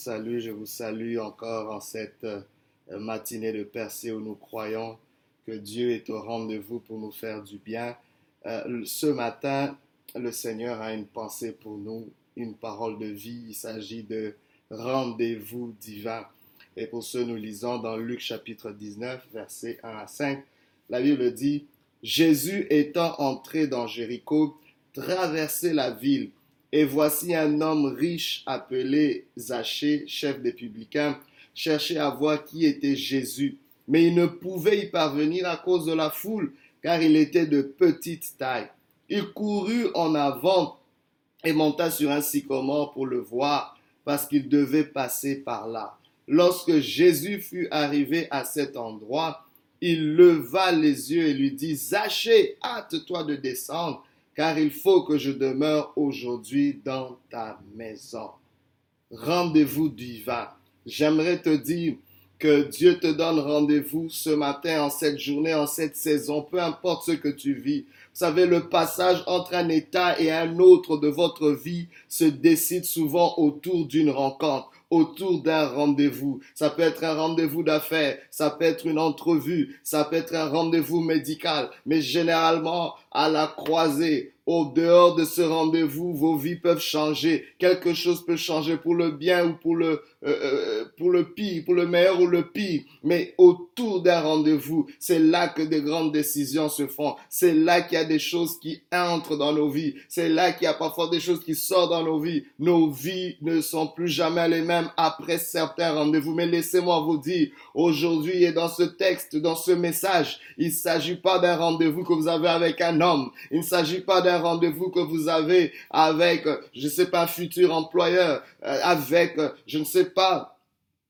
je vous salue encore en cette matinée de percée où nous croyons que Dieu est au rendez-vous pour nous faire du bien. Ce matin, le Seigneur a une pensée pour nous, une parole de vie. Il s'agit de rendez-vous divin. Et pour ce, nous lisons dans Luc chapitre 19, versets 1 à 5. La Bible dit, Jésus étant entré dans Jéricho, traversait la ville. Et voici un homme riche appelé Zachée, chef des publicains, cherchait à voir qui était Jésus. Mais il ne pouvait y parvenir à cause de la foule, car il était de petite taille. Il courut en avant et monta sur un sycomore pour le voir, parce qu'il devait passer par là. Lorsque Jésus fut arrivé à cet endroit, il leva les yeux et lui dit, Zachée, hâte-toi de descendre, car il faut que je demeure aujourd'hui dans ta maison. Rendez-vous divin. J'aimerais te dire que Dieu te donne rendez-vous ce matin, en cette journée, en cette saison, peu importe ce que tu vis. Vous savez, le passage entre un état et un autre de votre vie se décide souvent autour d'une rencontre, autour d'un rendez-vous. Ça peut être un rendez-vous d'affaires, ça peut être une entrevue, ça peut être un rendez-vous médical, mais généralement, à la croisée, au dehors de ce rendez-vous, vos vies peuvent changer. Quelque chose peut changer pour le bien ou pour le pire, pour le meilleur ou le pire. Mais autour d'un rendez-vous, c'est là que des grandes décisions se font. C'est là qu'il y a des choses qui entrent dans nos vies. C'est là qu'il y a parfois des choses qui sortent dans nos vies. Nos vies ne sont plus jamais les mêmes après certains rendez-vous. Mais laissez-moi vous dire, aujourd'hui et dans ce texte, dans ce message, il ne s'agit pas d'un rendez-vous que vous avez avec un homme. Il ne s'agit pas d'un rendez-vous que vous avez avec, je ne sais pas, un futur employeur, avec, je ne sais pas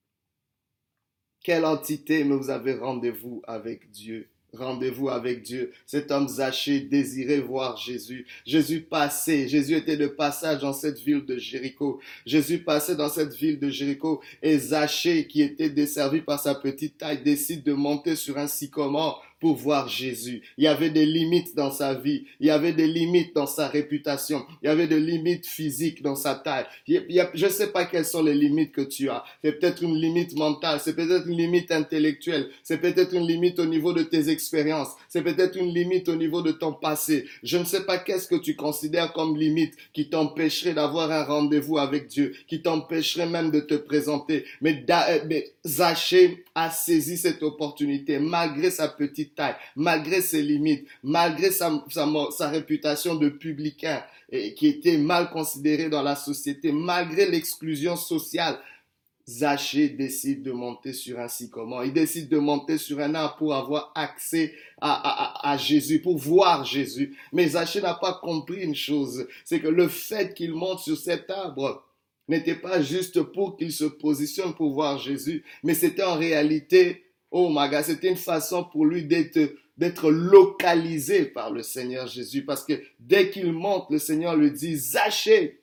quelle entité, mais vous avez rendez-vous avec Dieu. Rendez-vous avec Dieu. Cet homme Zachée désirait voir Jésus. Jésus passait. Jésus était de passage dans cette ville de Jéricho. Jésus passait dans cette ville de Jéricho et Zachée, qui était desservi par sa petite taille, décide de monter sur un sycomore pour voir Jésus. Il y avait des limites dans sa vie. Il y avait des limites dans sa réputation. Il y avait des limites physiques dans sa taille. Je ne sais pas quelles sont les limites que tu as. C'est peut-être une limite mentale. C'est peut-être une limite intellectuelle. C'est peut-être une limite au niveau de tes expériences. C'est peut-être une limite au niveau de ton passé. Je ne sais pas qu'est-ce que tu considères comme limite qui t'empêcherait d'avoir un rendez-vous avec Dieu, qui t'empêcherait même de te présenter. Mais Zachée a saisi cette opportunité malgré sa petite taille, malgré ses limites, malgré sa réputation de publicain qui était mal considéré dans la société, malgré l'exclusion sociale. Zachée décide de monter sur un sycomore. Il décide de monter sur un arbre pour avoir accès à Jésus, pour voir Jésus. Mais Zachée n'a pas compris une chose, c'est que le fait qu'il monte sur cet arbre n'était pas juste pour qu'il se positionne pour voir Jésus, mais c'était en réalité, oh my God, c'était une façon pour lui d'être localisé par le Seigneur Jésus, parce que dès qu'il monte, le Seigneur lui dit, Zachée,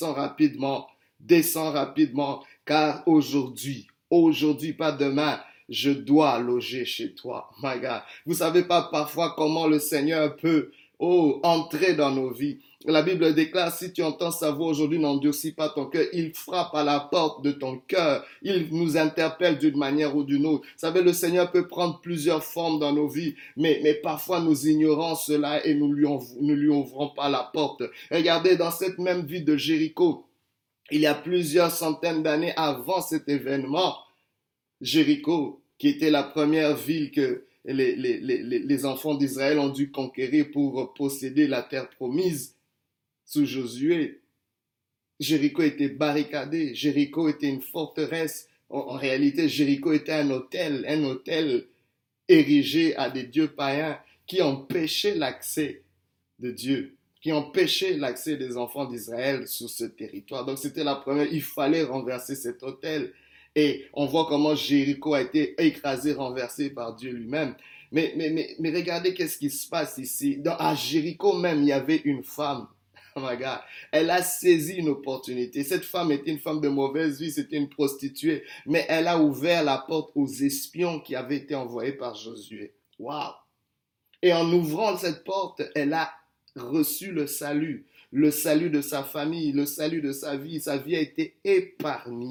descends rapidement, car aujourd'hui, pas demain, je dois loger chez toi. My God, vous savez pas parfois comment le Seigneur peut, entrer dans nos vies. La Bible déclare, si tu entends sa voix aujourd'hui, n'endurcis pas ton cœur. Il frappe à la porte de ton cœur. Il nous interpelle d'une manière ou d'une autre. Vous savez, le Seigneur peut prendre plusieurs formes dans nos vies, mais parfois nous ignorons cela et nous lui ouvrons pas la porte. Regardez, dans cette même ville de Jéricho, il y a plusieurs centaines d'années avant cet événement, Jéricho, qui était la première ville que les enfants d'Israël ont dû conquérir pour posséder la terre promise, sous Josué, Jéricho était barricadé, Jéricho était une forteresse. En réalité, Jéricho était un hôtel érigé à des dieux païens qui empêchait l'accès de Dieu, qui empêchait l'accès des enfants d'Israël sur ce territoire. Donc c'était la première, il fallait renverser cet hôtel. Et on voit comment Jéricho a été écrasé, renversé par Dieu lui-même. Mais regardez qu'est-ce qui se passe ici. À Jéricho même, il y avait une femme. Oh my God. Elle a saisi une opportunité. Cette femme était une femme de mauvaise vie, c'était une prostituée, mais elle a ouvert la porte aux espions qui avaient été envoyés par Josué. Wow! Et en ouvrant cette porte, elle a reçu le salut de sa famille, le salut de sa vie. Sa vie a été épargnée.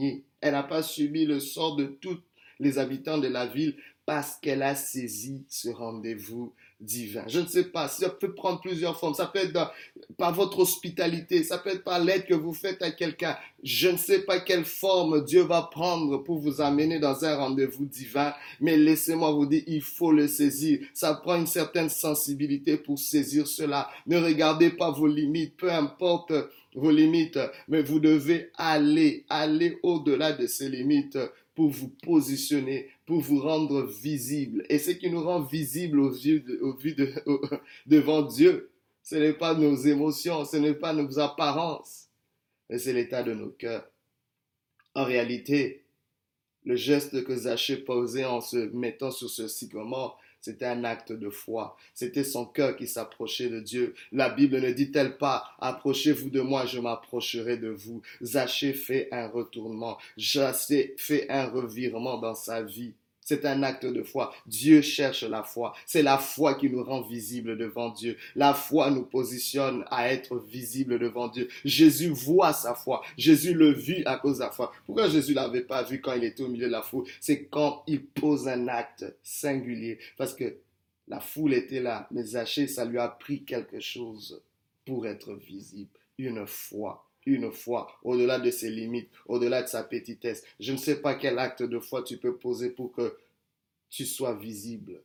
Elle n'a pas subi le sort de tous les habitants de la ville parce qu'elle a saisi ce rendez-vous divin. Je ne sais pas, ça peut prendre plusieurs formes. Ça peut être par votre hospitalité, ça peut être par l'aide que vous faites à quelqu'un. Je ne sais pas quelle forme Dieu va prendre pour vous amener dans un rendez-vous divin, mais laissez-moi vous dire, il faut le saisir. Ça prend une certaine sensibilité pour saisir cela. Ne regardez pas vos limites, peu importe vos limites, mais vous devez aller au-delà de ces limites pour vous positionner, pour vous rendre visible. Et ce qui nous rend visible devant Dieu, ce n'est pas nos émotions, ce n'est pas nos apparences, mais c'est l'état de nos cœurs. En réalité, le geste que Zachée posait en se mettant sur ce sycomore, c'était un acte de foi. C'était son cœur qui s'approchait de Dieu. La Bible ne dit-elle pas, approchez-vous de moi, je m'approcherai de vous. Zachée fait un retournement. Zachée fait un revirement dans sa vie. C'est un acte de foi. Dieu cherche la foi. C'est la foi qui nous rend visibles devant Dieu. La foi nous positionne à être visibles devant Dieu. Jésus voit sa foi. Jésus le vit à cause de la foi. Pourquoi Jésus ne l'avait pas vu quand il était au milieu de la foule? C'est quand il pose un acte singulier. Parce que la foule était là, mais Zachée, ça lui a pris quelque chose pour être visible. Une foi, au-delà de ses limites, au-delà de sa petitesse. Je ne sais pas quel acte de foi tu peux poser pour que tu sois visible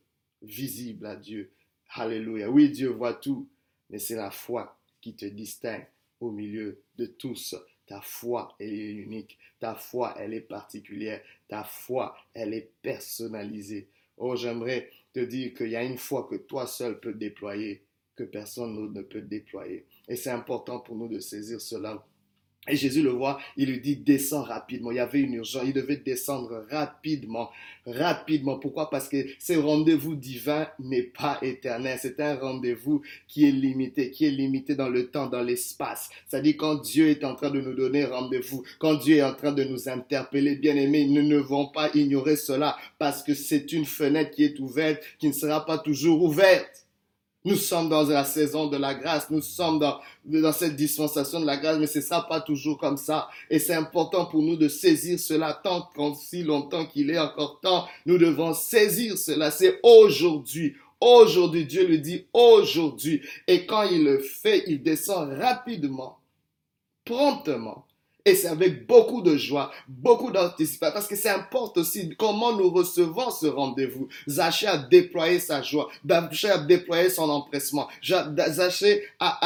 à Dieu. Alléluia. Oui, Dieu voit tout, mais c'est la foi qui te distingue au milieu de tous. Ta foi, elle est unique. Ta foi, elle est particulière. Ta foi, elle est personnalisée. Oh, j'aimerais te dire qu'il y a une foi que toi seul peux déployer, que personne d'autre ne peut déployer. Et c'est important pour nous de saisir cela. Et Jésus le voit, il lui dit, descends rapidement. Il y avait une urgence, il devait descendre rapidement. Pourquoi? Parce que ce rendez-vous divin n'est pas éternel. C'est un rendez-vous qui est limité dans le temps, dans l'espace. C'est-à-dire quand Dieu est en train de nous donner rendez-vous, quand Dieu est en train de nous interpeller, bien aimés, nous ne devons pas ignorer cela parce que c'est une fenêtre qui est ouverte, qui ne sera pas toujours ouverte. Nous sommes dans la saison de la grâce, nous sommes dans cette dispensation de la grâce, mais ce ne sera pas toujours comme ça. Et c'est important pour nous de saisir cela tant qu'aussi longtemps qu'il est encore temps. Nous devons saisir cela. C'est aujourd'hui. Aujourd'hui, Dieu le dit aujourd'hui. Et quand il le fait, il descend rapidement, promptement. Et c'est avec beaucoup de joie, beaucoup d'anticipation, parce que ça importe aussi comment nous recevons ce rendez-vous. Zachée a déployé sa joie, Zachée a déployé son empressement, Zachée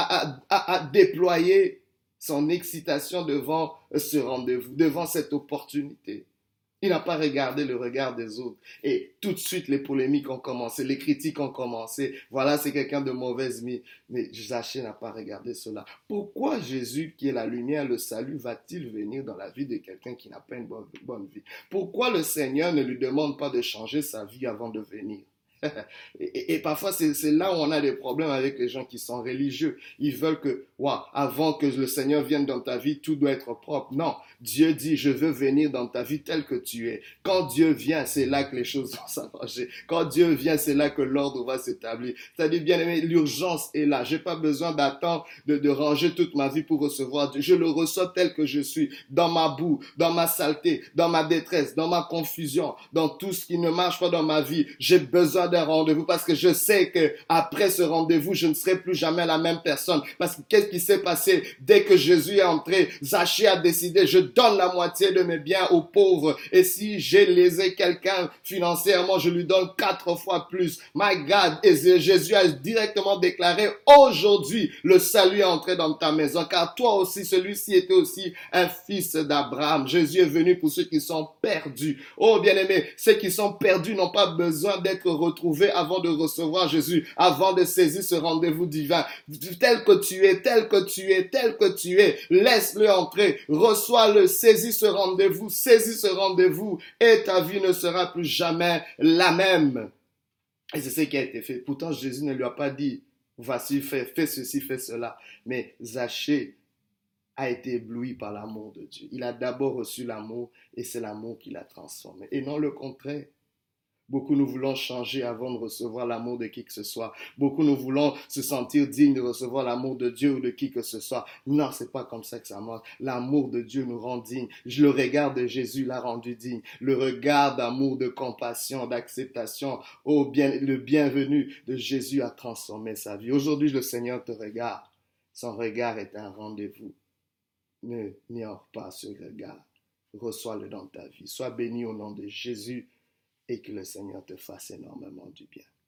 a déployé son excitation devant ce rendez-vous, devant cette opportunité. Il n'a pas regardé le regard des autres. Et tout de suite, les polémiques ont commencé, les critiques ont commencé. Voilà, c'est quelqu'un de mauvaise mine. Mais Zachée n'a pas regardé cela. Pourquoi Jésus, qui est la lumière, le salut, va-t-il venir dans la vie de quelqu'un qui n'a pas une bonne vie? Pourquoi le Seigneur ne lui demande pas de changer sa vie avant de venir? Et parfois, c'est là où on a des problèmes avec les gens qui sont religieux. Ils veulent que, avant que le Seigneur vienne dans ta vie, tout doit être propre. Non, Dieu dit, je veux venir dans ta vie tel que tu es. Quand Dieu vient, c'est là que les choses vont s'arranger. Quand Dieu vient, c'est là que l'ordre va s'établir. C'est-à-dire, bien aimé, l'urgence est là. J'ai pas besoin d'attendre de ranger toute ma vie pour recevoir Dieu. Je le reçois tel que je suis, dans ma boue, dans ma saleté, dans ma détresse, dans ma confusion, dans tout ce qui ne marche pas dans ma vie. J'ai besoin d'un rendez-vous parce que je sais que après ce rendez-vous, je ne serai plus jamais la même personne. Parce que qu'est-ce qui s'est passé? Dès que Jésus est entré, Zachée a décidé, je donne la moitié de mes biens aux pauvres. Et si j'ai lésé quelqu'un financièrement, je lui donne 4 fois plus. My God! Et Jésus a directement déclaré, aujourd'hui, le salut est entré dans ta maison. Car toi aussi, celui-ci était aussi un fils d'Abraham. Jésus est venu pour ceux qui sont perdus. Oh, bien-aimés, ceux qui sont perdus n'ont pas besoin d'être retrouvés avant de recevoir Jésus, avant de saisir ce rendez-vous divin. Tel que tu es, tel que tu es, tel que tu es, laisse-le entrer, reçois-le, saisis ce rendez-vous et ta vie ne sera plus jamais la même. Et c'est ce qui a été fait. Pourtant, Jésus ne lui a pas dit, voici, fais ceci, fais cela. Mais Zachée a été ébloui par l'amour de Dieu. Il a d'abord reçu l'amour et c'est l'amour qui l'a transformé. Et non le contraire. Beaucoup nous voulons changer avant de recevoir l'amour de qui que ce soit. Beaucoup nous voulons se sentir dignes de recevoir l'amour de Dieu ou de qui que ce soit. Non, c'est pas comme ça que ça marche. L'amour de Dieu nous rend dignes. Le regard de Jésus l'a rendu digne. Le regard d'amour, de compassion, d'acceptation, le bienvenu de Jésus a transformé sa vie. Aujourd'hui, le Seigneur te regarde. Son regard est un rendez-vous. Ne n'ignore pas ce regard. Reçois-le dans ta vie. Sois béni au nom de Jésus et que le Seigneur te fasse énormément du bien.